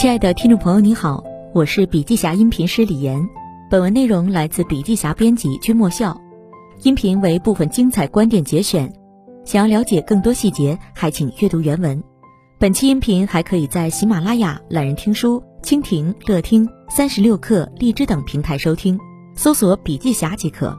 亲爱的听众朋友，你好，我是笔记侠音频师李岩。本文内容来自笔记侠编辑君莫笑，音频为部分精彩观点节选。想要了解更多细节，还请阅读原文。本期音频还可以在喜马拉雅、懒人听书、蜻蜓、乐听、36课、荔枝等平台收听，搜索笔记侠即可。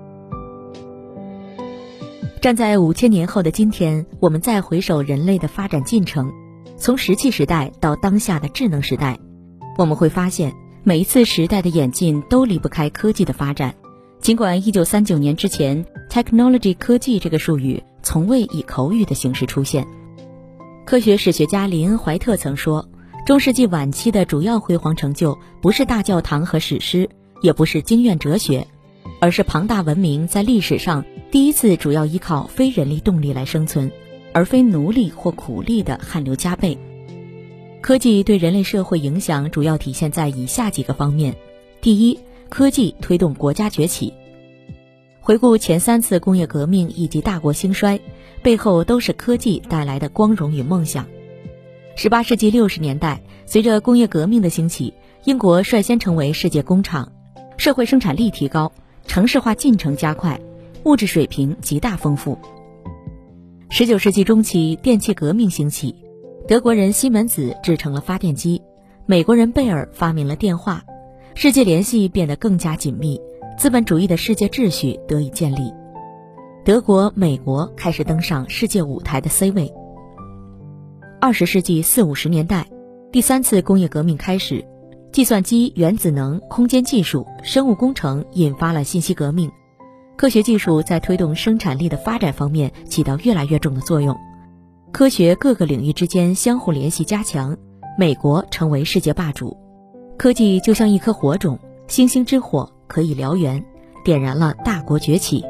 站在5000年后的今天，我们再回首人类的发展进程，从石器时代到当下的智能时代，我们会发现每一次时代的演进都离不开科技的发展。尽管1939年之前 technology 科技这个术语从未以口语的形式出现。科学史学家林恩·怀特曾说，中世纪晚期的主要辉煌成就不是大教堂和史诗，也不是经院哲学，而是庞大文明在历史上第一次主要依靠非人力动力来生存，而非奴隶或苦力的汗流浃背。科技对人类社会影响主要体现在以下几个方面。第一，科技推动国家崛起。回顾前3次工业革命以及大国兴衰，背后都是科技带来的光荣与梦想。18世纪60年代，随着工业革命的兴起，英国率先成为世界工厂，社会生产力提高，城市化进程加快，物质水平极大丰富。19世纪中期，电气革命兴起，德国人西门子制成了发电机，美国人贝尔发明了电话，世界联系变得更加紧密，资本主义的世界秩序得以建立。德国、美国开始登上世界舞台的 C 位。20世纪40、50年代，第3次工业革命开始，计算机、原子能、空间技术、生物工程引发了信息革命，科学技术在推动生产力的发展方面起到越来越重的作用。科学各个领域之间相互联系加强，美国成为世界霸主。科技就像一颗火种，星星之火可以燎原，点燃了大国崛起。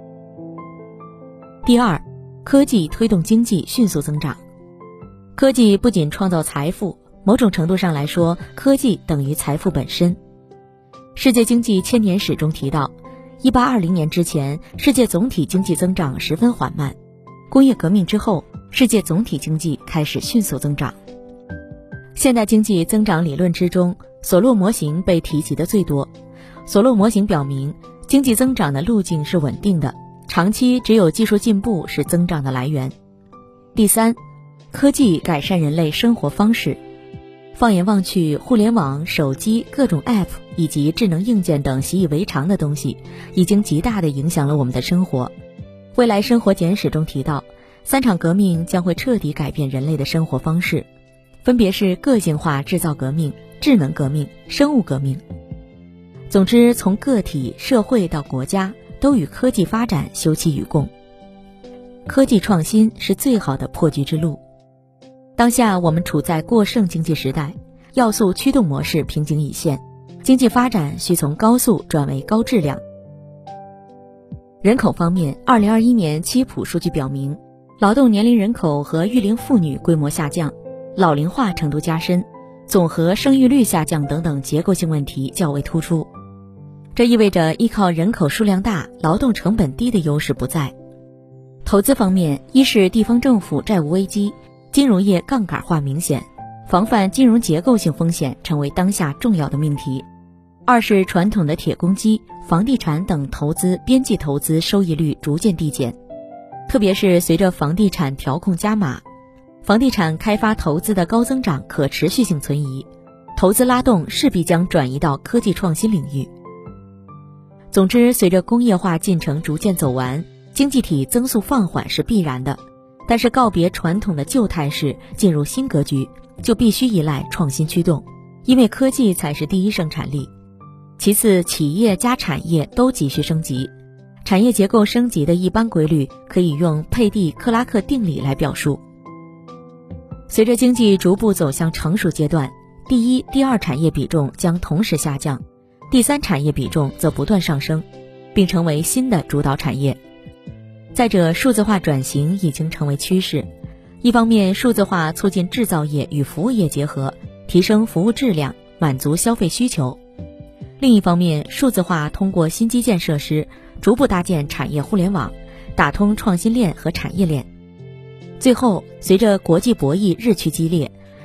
第二，科技推动经济迅速增长。科技不仅创造财富，某种程度上来说，科技等于财富本身。世界经济千年史中提到，1820年之前，世界总体经济增长十分缓慢。工业革命之后，世界总体经济开始迅速增长。现代经济增长理论之中，索洛模型被提及的最多。索洛模型表明，经济增长的路径是稳定的，长期只有技术进步是增长的来源。第三，科技改善人类生活方式。放眼望去，互联网、手机、各种 App 以及智能硬件等习以为常的东西，已经极大地影响了我们的生活。未来生活简史中提到，3场革命将会彻底改变人类的生活方式，分别是个性化制造革命、智能革命、生物革命。总之，从个体、社会到国家，都与科技发展休戚与共。科技创新是最好的破局之路。当下我们处在过剩经济时代，要素驱动模式瓶颈已现，经济发展需从高速转为高质量。人口方面，2021年七普数据表明，劳动年龄人口和育龄妇女规模下降，老龄化程度加深，总和生育率下降等等结构性问题较为突出。这意味着依靠人口数量大、劳动成本低的优势不在。投资方面，一是地方政府债务危机，金融业杠杆化明显，防范金融结构性风险成为当下重要的命题。二是传统的铁公鸡、房地产等投资边际投资收益率逐渐递减，特别是随着房地产调控加码，房地产开发投资的高增长可持续性存疑，投资拉动势必将转移到科技创新领域。总之，随着工业化进程逐渐走完，经济体增速放缓是必然的，但是告别传统的旧态势，进入新格局，就必须依赖创新驱动，因为科技才是第一生产力。其次，企业加产业都急需升级。产业结构升级的一般规律可以用佩蒂·克拉克定理来表述。随着经济逐步走向成熟阶段，第一、第二产业比重将同时下降，第三产业比重则不断上升，并成为新的主导产业。再者，数字化转型已经成为趋势。一方面，数字化促进制造业与服务业结合，提升服务质量，满足消费需求。另一方面，数字化通过新基建设施逐步搭建产业互联网，打通创新链和产业链。最后，随着国际博弈日趋激烈，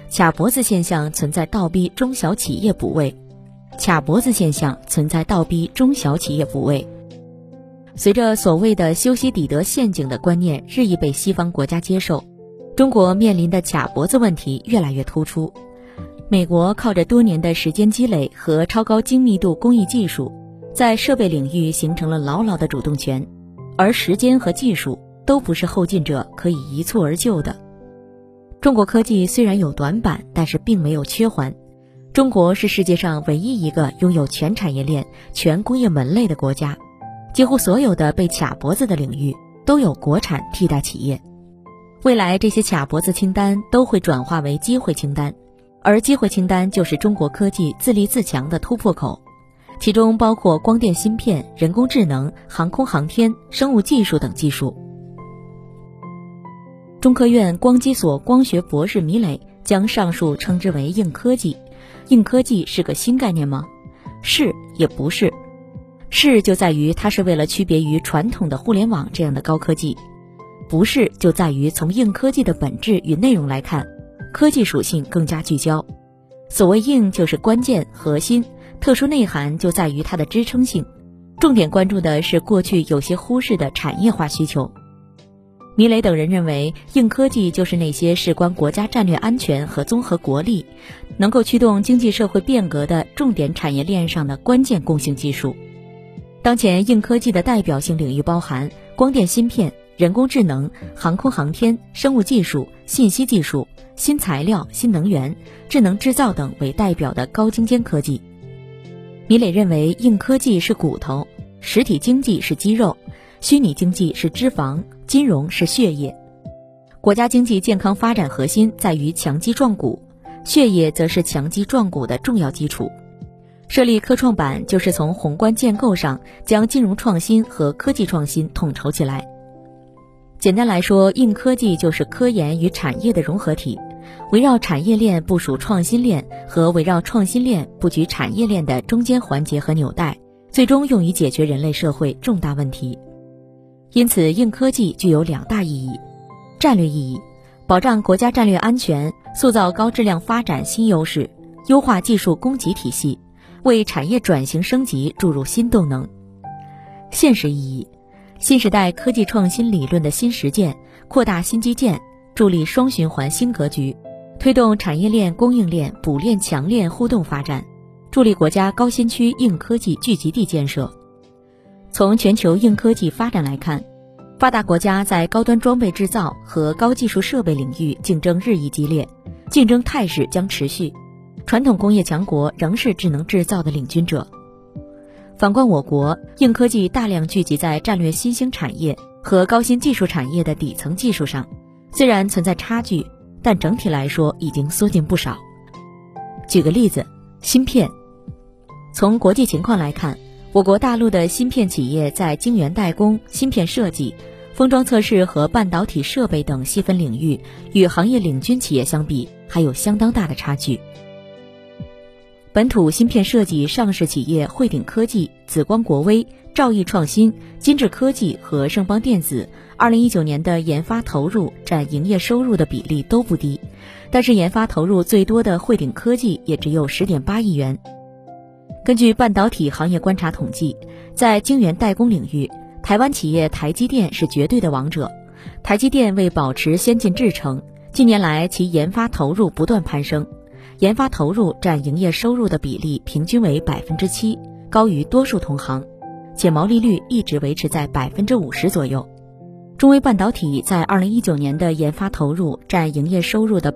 卡脖子现象存在倒逼中小企业补位。卡脖子现象存在倒逼中小企业补位。随着所谓的修昔底德陷阱的观念日益被西方国家接受，中国面临的卡脖子问题越来越突出。美国靠着多年的时间积累和超高精密度工艺技术，在设备领域形成了牢牢的主动权，而时间和技术都不是后进者可以一蹴而就的。中国科技虽然有短板，但是并没有缺环。中国是世界上唯一一个拥有全产业链、全工业门类的国家，几乎所有的被卡脖子的领域都有国产替代企业。未来这些卡脖子清单都会转化为机会清单，而机会清单就是中国科技自立自强的突破口，其中包括光电芯片、人工智能、航空航天、生物技术等技术。中科院光机所光学博士米磊将上述称之为硬科技。硬科技是个新概念吗？是也不是。是就在于它是为了区别于传统的互联网这样的高科技，不是就在于从硬科技的本质与内容来看，科技属性更加聚焦。所谓硬就是关键、核心，特殊内涵就在于它的支撑性，重点关注的是过去有些忽视的产业化需求。米磊等人认为，硬科技就是那些事关国家战略安全和综合国力，能够驱动经济社会变革的重点产业链上的关键共性技术。当前硬科技的代表性领域包含光电芯片、人工智能、航空航天、生物技术、信息技术、新材料、新能源、智能制造等为代表的高精尖科技。米磊认为，硬科技是骨头，实体经济是肌肉，虚拟经济是脂肪，金融是血液。国家经济健康发展核心在于强肌壮骨，血液则是强肌壮骨的重要基础。设立科创板就是从宏观建构上将金融创新和科技创新统筹起来。简单来说，硬科技就是科研与产业的融合体，围绕产业链部署创新链和围绕创新链布局产业链的中间环节和纽带，最终用于解决人类社会重大问题。因此，硬科技具有两大意义：战略意义，保障国家战略安全，塑造高质量发展新优势，优化技术供给体系，为产业转型升级注入新动能；现实意义，新时代科技创新理论的新实践，扩大新基建，助力双循环新格局，推动产业链、供应链、补链、强链互动发展，助力国家高新区硬科技聚集地建设。从全球硬科技发展来看，发达国家在高端装备制造和高技术设备领域竞争日益激烈，竞争态势将持续，传统工业强国仍是智能制造的领军者。反观我国，硬科技大量聚集在战略新兴产业和高新技术产业的底层技术上，虽然存在差距，但整体来说已经缩进不少。举个例子，芯片。从国际情况来看，我国大陆的芯片企业在晶圆代工、芯片设计、封装测试和半导体设备等细分领域，与行业领军企业相比，还有相当大的差距。本土芯片设计上市企业汇顶科技、紫光国微、兆易创新、金智科技和盛邦电子2019年的研发投入占营业收入的比例都不低，但是研发投入最多的汇顶科技也只有10.8亿元。根据半导体行业观察统计，在晶圆代工领域，台湾企业台积电是绝对的王者。台积电为保持先进制程，近年来其研发投入不断攀升，研发投入占营业收入的比例平均为7%，高于多数同行，且毛利率一直维持在50%左右。中微半导体在2019年的研发投入占营业收入的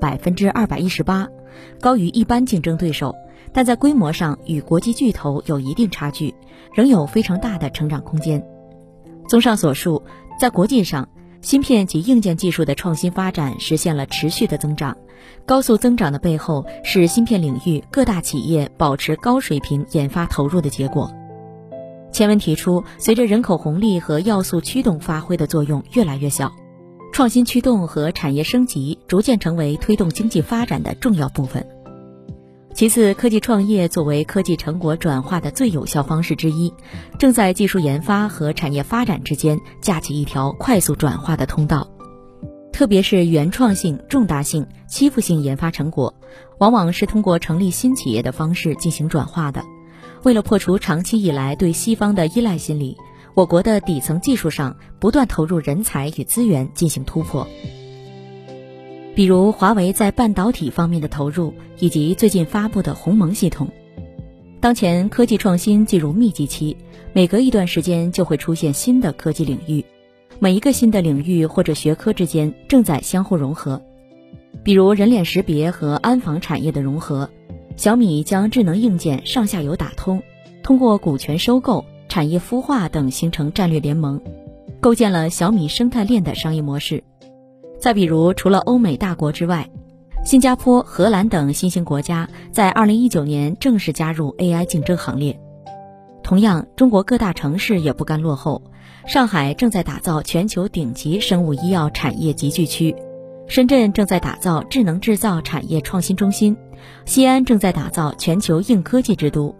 218%，高于一般竞争对手，但在规模上与国际巨头有一定差距，仍有非常大的成长空间。综上所述，在国际上，芯片及硬件技术的创新发展实现了持续的增长，高速增长的背后是芯片领域各大企业保持高水平研发投入的结果。前文提出，随着人口红利和要素驱动发挥的作用越来越小，创新驱动和产业升级逐渐成为推动经济发展的重要部分。其次，科技创业作为科技成果转化的最有效方式之一，正在技术研发和产业发展之间架起一条快速转化的通道。特特别是原创性、重大性、欺负性研发成果，往往是通过成立新企业的方式进行转化的。为了破除长期以来对西方的依赖心理，我国的底层技术上不断投入人才与资源进行突破。比如华为在半导体方面的投入，以及最近发布的鸿蒙系统。当前科技创新进入密集期，每隔一段时间就会出现新的科技领域，每一个新的领域或者学科之间正在相互融合。比如人脸识别和安防产业的融合，小米将智能硬件上下游打通，通过股权收购、产业孵化等形成战略联盟，构建了小米生态链的商业模式。再比如，除了欧美大国之外，新加坡、荷兰等新兴国家在2019年正式加入 AI 竞争行列。同样，中国各大城市也不甘落后，上海正在打造全球顶级生物医药产业集聚区，深圳正在打造智能制造产业创新中心，西安正在打造全球硬科技之都。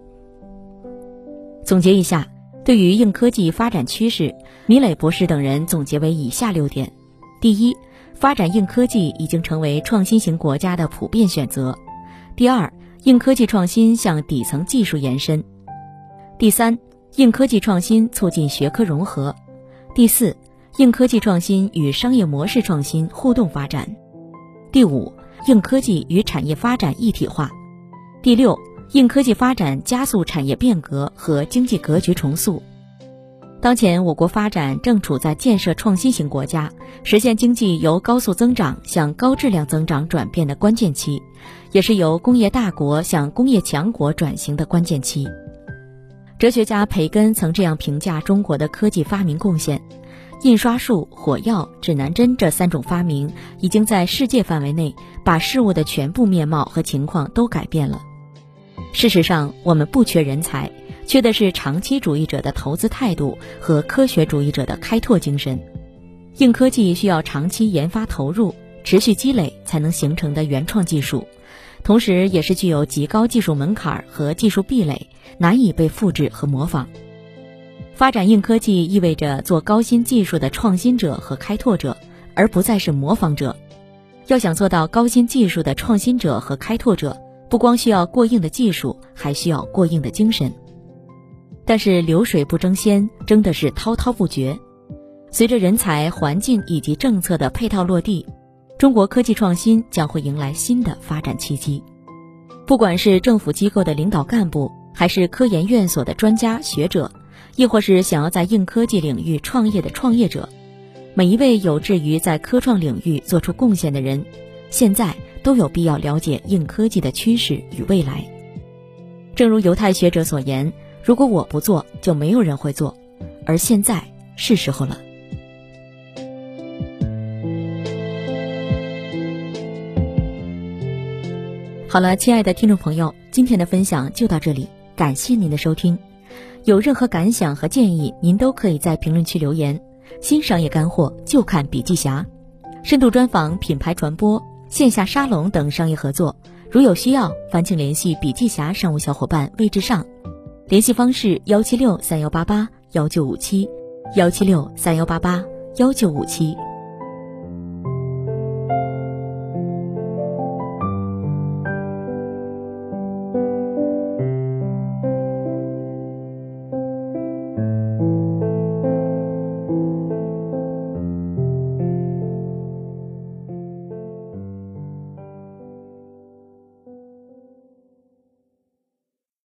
总结一下，对于硬科技发展趋势，米磊博士等人总结为以下6点。第一，发展硬科技已经成为创新型国家的普遍选择。第二，硬科技创新向底层技术延伸。第三，硬科技创新促进学科融合。第四，硬科技创新与商业模式创新互动发展。第五，硬科技与产业发展一体化。第六，硬科技发展加速产业变革和经济格局重塑。当前我国发展正处在建设创新型国家，实现经济由高速增长向高质量增长转变的关键期，也是由工业大国向工业强国转型的关键期。哲学家培根曾这样评价中国的科技发明贡献：印刷术、火药、指南针这3种发明已经在世界范围内把事物的全部面貌和情况都改变了。事实上，我们不缺人才，缺的是长期主义者的投资态度和科学主义者的开拓精神。硬科技需要长期研发投入、持续积累才能形成的原创技术，同时也是具有极高技术门槛和技术壁垒，难以被复制和模仿。发展硬科技意味着做高新技术的创新者和开拓者，而不再是模仿者。要想做到高新技术的创新者和开拓者，不光需要过硬的技术，还需要过硬的精神。但是流水不争先，争的是滔滔不绝。随着人才、环境以及政策的配套落地，中国科技创新将会迎来新的发展契机。不管是政府机构的领导干部，还是科研院所的专家学者，亦或是想要在硬科技领域创业的创业者，每一位有志于在科创领域做出贡献的人，现在都有必要了解硬科技的趋势与未来。正如犹太学者所言，如果我不做，就没有人会做，而现在是时候了。好了，亲爱的听众朋友，今天的分享就到这里，感谢您的收听。有任何感想和建议，您都可以在评论区留言。新商业干货就看笔记侠，深度专访、品牌传播、线下沙龙等商业合作，如有需要，烦请联系笔记侠商务小伙伴魏志尚，联系方式17631881957，17631881957。